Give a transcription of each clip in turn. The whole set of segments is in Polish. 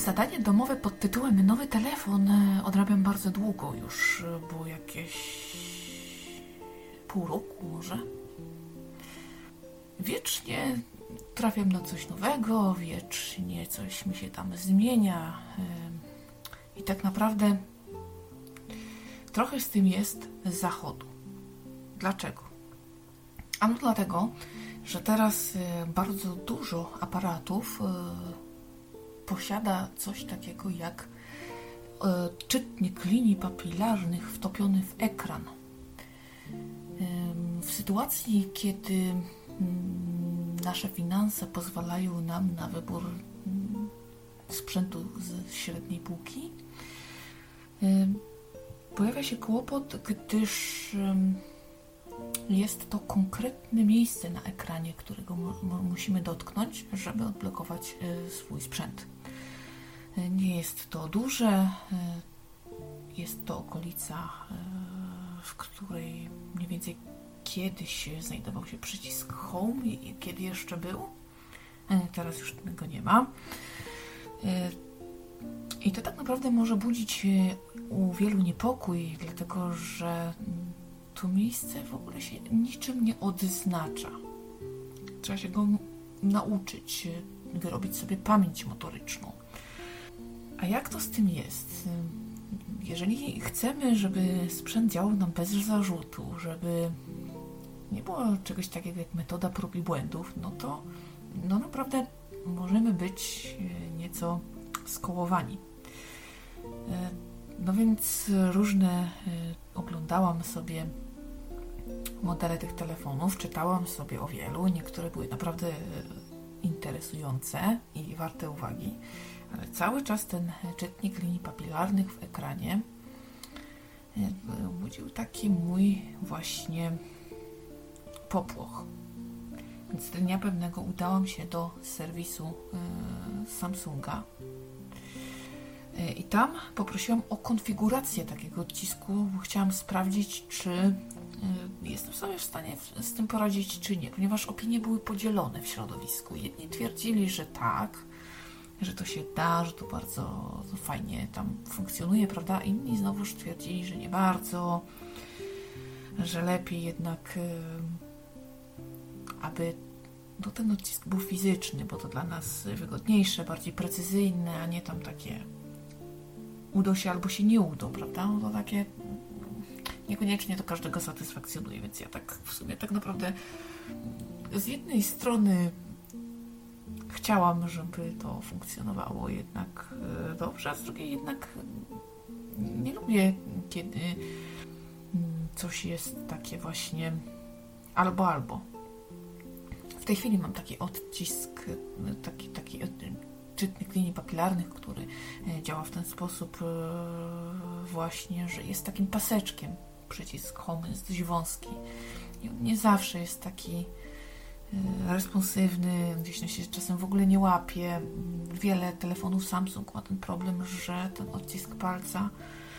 Zadanie domowe pod tytułem Nowy telefon odrabiam bardzo długo już, bo jakieś pół roku może. Wiecznie trafiam na coś nowego, wiecznie coś mi się tam zmienia i tak naprawdę trochę z tym jest z zachodu. Dlaczego? Ano dlatego, że teraz bardzo dużo aparatów posiada coś takiego jak czytnik linii papilarnych wtopiony w ekran. W sytuacji, kiedy nasze finanse pozwalają nam na wybór sprzętu z średniej półki, pojawia się kłopot, gdyż jest to konkretne miejsce na ekranie, którego musimy dotknąć, żeby odblokować swój sprzęt. Nie jest to duże, jest to okolica, w której mniej więcej kiedyś znajdował się przycisk Home, kiedy jeszcze był. Teraz już tego nie ma. I to tak naprawdę może budzić u wielu niepokój, dlatego że to miejsce w ogóle się niczym nie odznacza. Trzeba się go nauczyć, wyrobić sobie pamięć motoryczną. A jak to z tym jest? Jeżeli chcemy, żeby sprzęt działał nam bez zarzutu, żeby nie było czegoś takiego jak metoda prób i błędów, no to naprawdę możemy być nieco skołowani. No więc różne oglądałam sobie modele tych telefonów, czytałam sobie o wielu, niektóre były naprawdę interesujące i warte uwagi, ale cały czas ten czytnik linii papilarnych w ekranie budził taki mój właśnie popłoch. Więc dnia pewnego udałam się do serwisu Samsunga i tam poprosiłam o konfigurację takiego odcisku, bo chciałam sprawdzić, czy jestem sobie w stanie z tym poradzić, czy nie, ponieważ opinie były podzielone w środowisku. Jedni twierdzili, że tak, że to się da, że to bardzo fajnie tam funkcjonuje, prawda? Inni znowuż twierdzili, że nie bardzo, że lepiej jednak, aby ten odcisk był fizyczny, bo to dla nas wygodniejsze, bardziej precyzyjne, a nie tam takie udo się albo się nie udo, prawda? No to takie niekoniecznie to każdego satysfakcjonuje, więc ja tak w sumie tak naprawdę z jednej strony chciałam, żeby to funkcjonowało jednak dobrze, a z drugiej jednak nie lubię, kiedy coś jest takie właśnie albo. W tej chwili mam taki odcisk, taki czytnik linii papilarnych, który działa w ten sposób właśnie, że jest takim paseczkiem. Przycisk Home jest dość wąski i on nie zawsze jest taki responsywny, gdzieś się czasem w ogóle nie łapie. Wiele telefonów Samsung ma ten problem, że ten odcisk palca,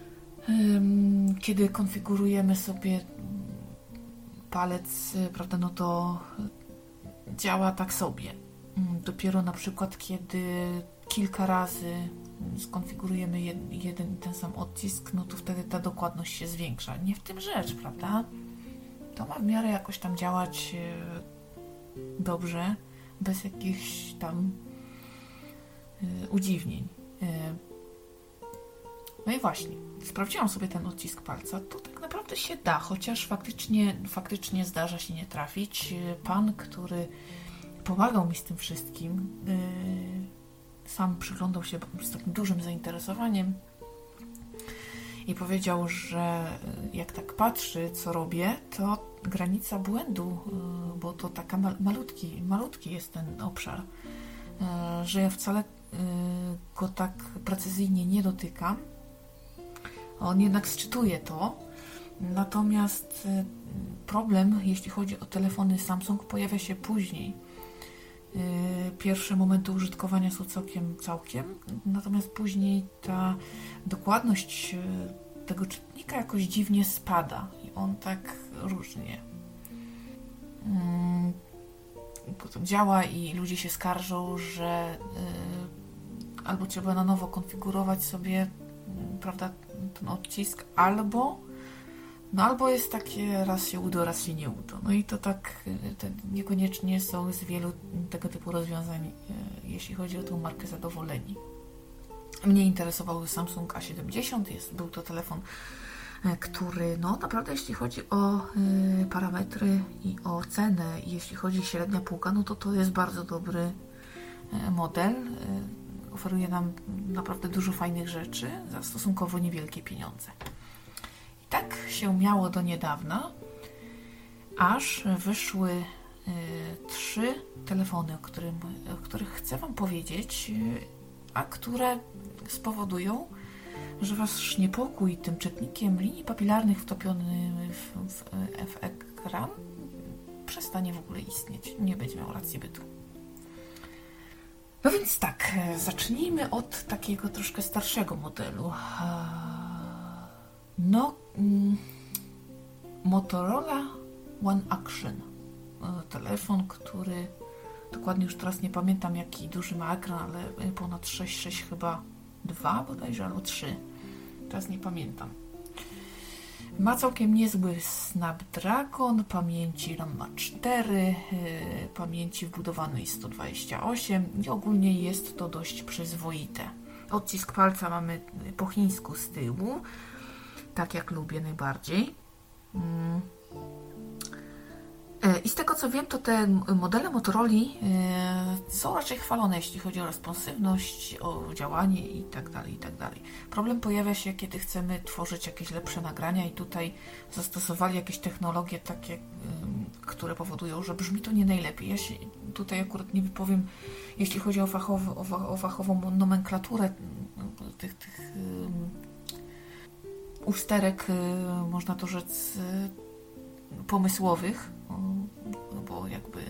kiedy konfigurujemy sobie palec, prawda, no to działa tak sobie. Dopiero na przykład, kiedy kilka razy skonfigurujemy jeden i ten sam odcisk, no to wtedy ta dokładność się zwiększa. Nie w tym rzecz, prawda? To ma w miarę jakoś tam działać dobrze, bez jakichś tam udziwnień. No i właśnie, sprawdziłam sobie ten odcisk palca, to tak naprawdę się da, chociaż faktycznie zdarza się nie trafić. Pan, który pomagał mi z tym wszystkim, sam przyglądał się z takim dużym zainteresowaniem i powiedział, że jak tak patrzy, co robię, to granica błędu, bo to taka malutki jest ten obszar, że ja wcale go tak precyzyjnie nie dotykam. On jednak sczytuje to, natomiast problem, jeśli chodzi o telefony Samsung, pojawia się później. Pierwsze momenty użytkowania są całkiem, natomiast później ta dokładność tego czytnika jakoś dziwnie spada i on tak różnie potem działa i ludzie się skarżą, że albo trzeba na nowo konfigurować sobie, prawda, ten odcisk, albo jest takie raz się uda, raz się nie uda. No i to tak niekoniecznie są z wielu tego typu rozwiązań, jeśli chodzi o tą markę, zadowoleni. Mnie interesował Samsung A70, był to telefon, który naprawdę jeśli chodzi o parametry i o cenę, i jeśli chodzi o średnia półka, to jest bardzo dobry model. Oferuje nam naprawdę dużo fajnych rzeczy za stosunkowo niewielkie pieniądze. I tak się miało do niedawna, aż wyszły 3 telefony, o których chcę Wam powiedzieć, a które spowodują, że Wasz niepokój tym czytnikiem linii papilarnych wtopionym w ekran przestanie w ogóle istnieć. Nie będzie miał racji bytu. No więc tak, zacznijmy od takiego troszkę starszego modelu. Motorola One Action. Telefon, który dokładnie już teraz nie pamiętam, jaki duży ma ekran, ale ponad 6 chyba 2 bodajże, albo 3. Teraz nie pamiętam. Ma całkiem niezły Snapdragon, pamięci RAM ma 4, pamięci wbudowanej 128 i ogólnie jest to dość przyzwoite. Odcisk palca mamy po chińsku z tyłu, tak jak lubię najbardziej. I z tego co wiem, to te modele Motorola są raczej chwalone, jeśli chodzi o responsywność, o działanie i tak dalej, i tak dalej. Problem pojawia się, kiedy chcemy tworzyć jakieś lepsze nagrania i tutaj zastosowali jakieś technologie takie, które powodują, że brzmi to nie najlepiej. Ja się tutaj akurat nie wypowiem, jeśli chodzi o fachową nomenklaturę tych usterek, można to rzec, pomysłowych, bo jakby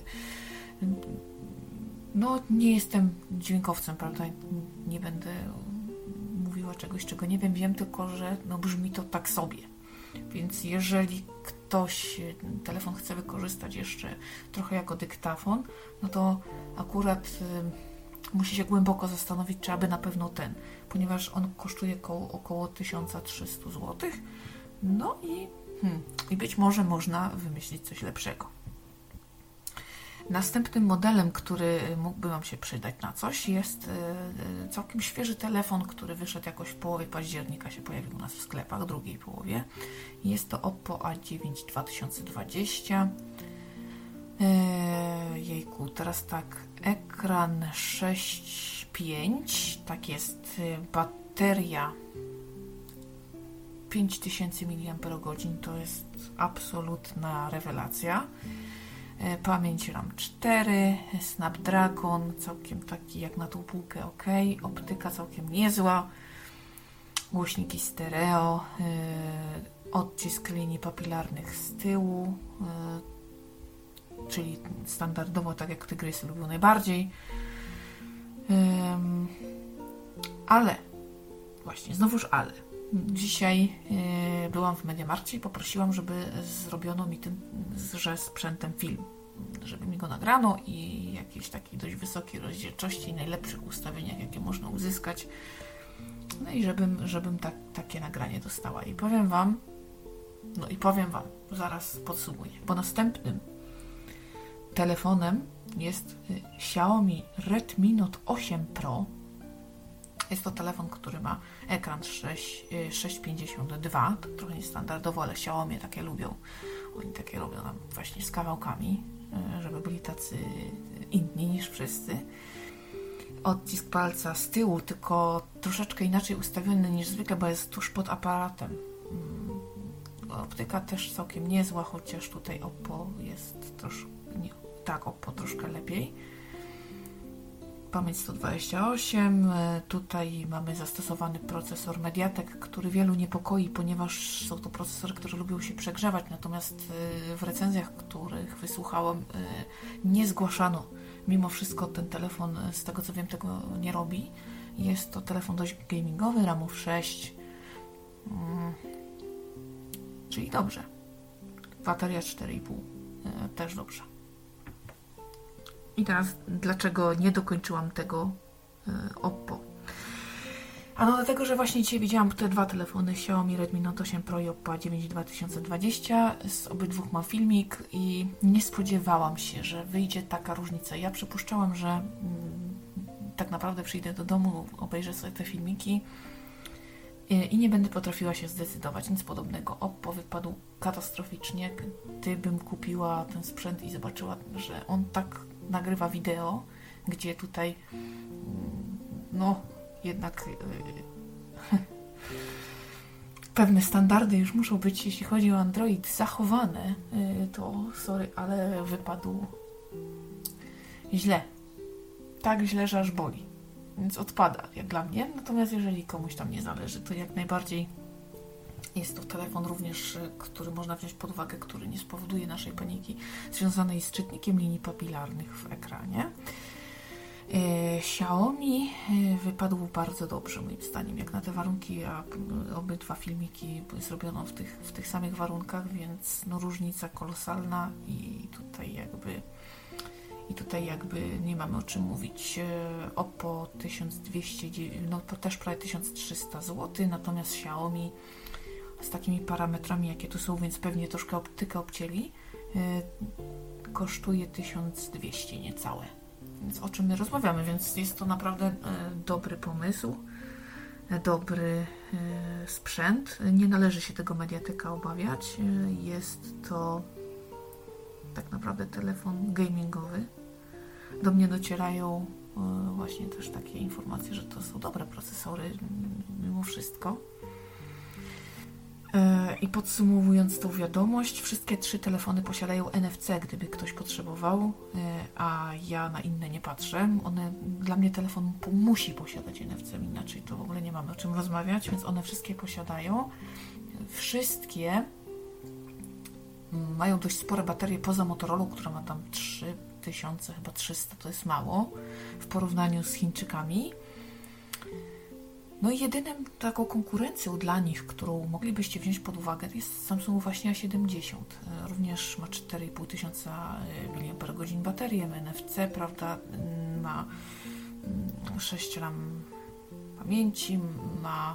nie jestem dźwiękowcem, prawda, nie będę mówiła czegoś, czego nie wiem, wiem tylko, że brzmi to tak sobie, więc jeżeli ktoś telefon chce wykorzystać jeszcze trochę jako dyktafon, to akurat musi się głęboko zastanowić, czy aby na pewno ponieważ on kosztuje około 1300 zł, i być może można wymyślić coś lepszego. Następnym modelem, który mógłby Wam się przydać na coś, jest całkiem świeży telefon, który wyszedł jakoś w połowie października, się pojawił u nas w sklepach, drugiej połowie. Jest to Oppo A9 2020. Jejku, teraz tak, ekran 6,5, tak jest, bateria 5000 mAh, to jest absolutna rewelacja. Pamięć RAM 4, Snapdragon całkiem taki jak na tą półkę ok, optyka całkiem niezła, głośniki stereo, odcisk linii papilarnych z tyłu, czyli standardowo tak jak tygrysy lubią najbardziej. Ale, właśnie, znowuż ale. Dzisiaj byłam w Mediamarkcie i poprosiłam, żeby zrobiono mi tymże sprzętem film, żeby mi go nagrano i jakiejś takiej dość wysokiej rozdzielczości i najlepszych ustawieniach, jakie można uzyskać. No i żebym takie nagranie dostała. I powiem Wam, zaraz podsumuję, bo następnym telefonem jest Xiaomi Redmi Note 8 Pro. Jest to telefon, który ma ekran 6,52, to trochę niestandardowo, ale Xiaomi takie lubią. Oni takie robią nam właśnie z kawałkami, żeby byli tacy inni niż wszyscy. Odcisk palca z tyłu, tylko troszeczkę inaczej ustawiony niż zwykle, bo jest tuż pod aparatem. Optyka też całkiem niezła, chociaż tutaj Oppo jest Oppo troszkę lepiej. Pamięć 128, tutaj mamy zastosowany procesor Mediatek, który wielu niepokoi, ponieważ są to procesory, które lubią się przegrzewać, natomiast w recenzjach, których wysłuchałam, nie zgłaszano. Mimo wszystko ten telefon, z tego co wiem, tego nie robi. Jest to telefon dość gamingowy, RAMów 6, czyli dobrze. Bateria 4,5, też dobrze. I teraz, dlaczego nie dokończyłam tego Oppo? A no dlatego, że właśnie dzisiaj widziałam te dwa telefony Xiaomi Redmi Note 8 Pro i Oppo A9 2020. Z obydwu mam filmik i nie spodziewałam się, że wyjdzie taka różnica. Ja przypuszczałam, że tak naprawdę przyjdę do domu, obejrzę sobie te filmiki i nie będę potrafiła się zdecydować. Nic podobnego. Oppo wypadł katastroficznie. Gdybym kupiła ten sprzęt i zobaczyła, że on tak nagrywa wideo, gdzie tutaj no jednak pewne standardy już muszą być, jeśli chodzi o Android, zachowane, to sorry, ale wypadł źle. Tak źle, że aż boli. Więc odpada, jak dla mnie. Natomiast jeżeli komuś tam nie zależy, to jak najbardziej jest to telefon również, który można wziąć pod uwagę, który nie spowoduje naszej paniki związanej z czytnikiem linii papilarnych w ekranie. Xiaomi wypadł bardzo dobrze, moim zdaniem, jak na te warunki, a obydwa filmiki zrobiono w tych samych warunkach, więc no, różnica kolosalna i tutaj jakby nie mamy o czym mówić. Oppo 1200, no to też prawie 1300 zł, natomiast Xiaomi z takimi parametrami, jakie tu są, więc pewnie troszkę optykę obcięli, kosztuje 1200 niecałe. Więc o czym my rozmawiamy, więc jest to naprawdę dobry pomysł, dobry sprzęt. Nie należy się tego Mediateka obawiać. Jest to tak naprawdę telefon gamingowy. Do mnie docierają właśnie też takie informacje, że to są dobre procesory mimo wszystko. I podsumowując tą wiadomość, wszystkie trzy telefony posiadają NFC, gdyby ktoś potrzebował, a ja na inne nie patrzę. Dla mnie telefon musi posiadać NFC, inaczej to w ogóle nie mamy o czym rozmawiać, więc one wszystkie posiadają. Wszystkie mają dość spore baterie poza Motorola, która ma tam 3000, chyba 300, to jest mało w porównaniu z Chińczykami. No i jedynym taką konkurencją dla nich, którą moglibyście wziąć pod uwagę, jest Samsung właśnie A70. Również ma 4500 mAh baterię, NFC, prawda, ma 6 RAM pamięci, ma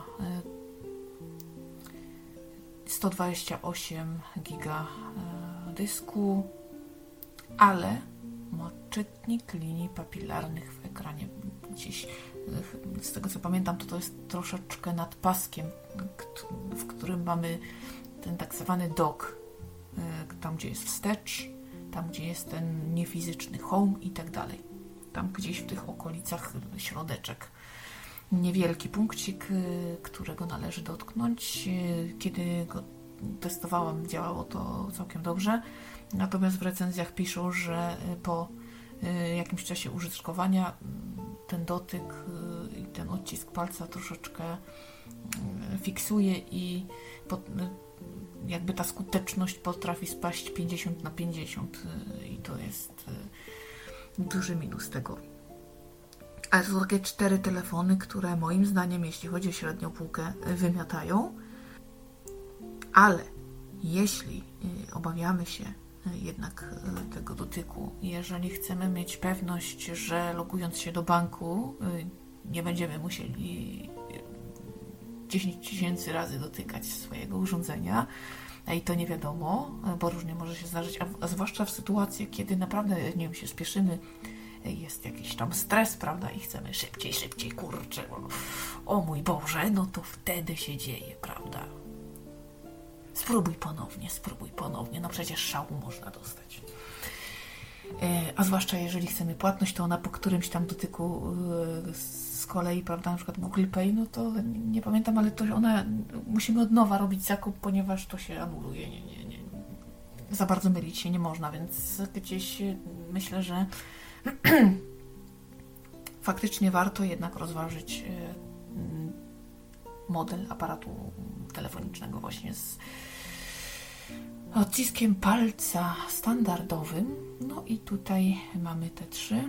128 GB dysku, ale ma czytnik linii papilarnych w ekranie. Gdzieś, z tego co pamiętam, to jest troszeczkę nad paskiem, w którym mamy ten tak zwany dock, tam gdzie jest wstecz, tam gdzie jest ten niefizyczny home i tak dalej. Tam gdzieś w tych okolicach środeczek. Niewielki punkcik, którego należy dotknąć. Kiedy go testowałam, działało to całkiem dobrze. Natomiast w recenzjach piszą, że po jakimś czasie użytkowania ten dotyk i ten odcisk palca troszeczkę fiksuje i jakby ta skuteczność potrafi spaść 50/50 i to jest duży minus tego. Ale są takie 4 telefony, które moim zdaniem, jeśli chodzi o średnią półkę, wymiatają. Ale jeśli obawiamy się jednak tego dotyku, jeżeli chcemy mieć pewność, że logując się do banku nie będziemy musieli 10 000 razy dotykać swojego urządzenia, a i to nie wiadomo, bo różnie może się zdarzyć, a zwłaszcza w sytuacji, kiedy naprawdę, nie wiem, się spieszymy, jest jakiś tam stres, prawda, i chcemy szybciej, kurczę, o mój Boże, no to wtedy się dzieje, prawda. Spróbuj ponownie, no przecież szału można dostać. A zwłaszcza jeżeli chcemy płatność, to ona po którymś tam dotyku z kolei, prawda, na przykład Google Pay, no to nie pamiętam, ale to ona, musimy od nowa robić zakup, ponieważ to się anuluje, nie. Za bardzo mylić się nie można, więc gdzieś myślę, że faktycznie warto jednak rozważyć model aparatu telefonicznego właśnie z odciskiem palca standardowym. No i tutaj mamy te 3.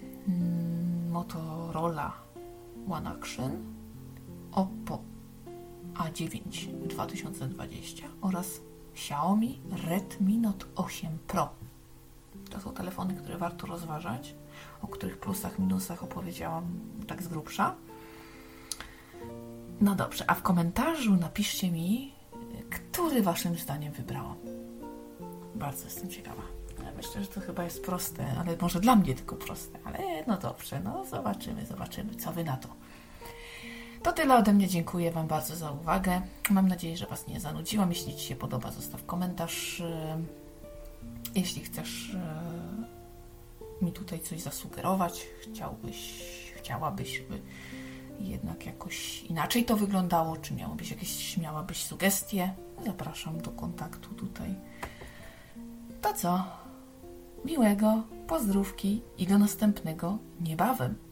Motorola One Action, Oppo A9 2020 oraz Xiaomi Redmi Note 8 Pro. To są telefony, które warto rozważać, o których plusach, minusach opowiedziałam tak z grubsza. No dobrze, a w komentarzu napiszcie mi, który waszym zdaniem wybrałam. Bardzo jestem ciekawa. Ja myślę, że to chyba jest proste, ale może dla mnie tylko proste. Ale no dobrze, no zobaczymy, co wy na to. To tyle ode mnie. Dziękuję wam bardzo za uwagę. Mam nadzieję, że was nie zanudziłam. Jeśli ci się podoba, zostaw komentarz. Jeśli chcesz mi tutaj coś zasugerować, chciałabyś, żeby jednak jakoś inaczej to wyglądało, czy miałabyś sugestie, zapraszam do kontaktu tutaj. To co? Miłego, pozdrówki i do następnego niebawem.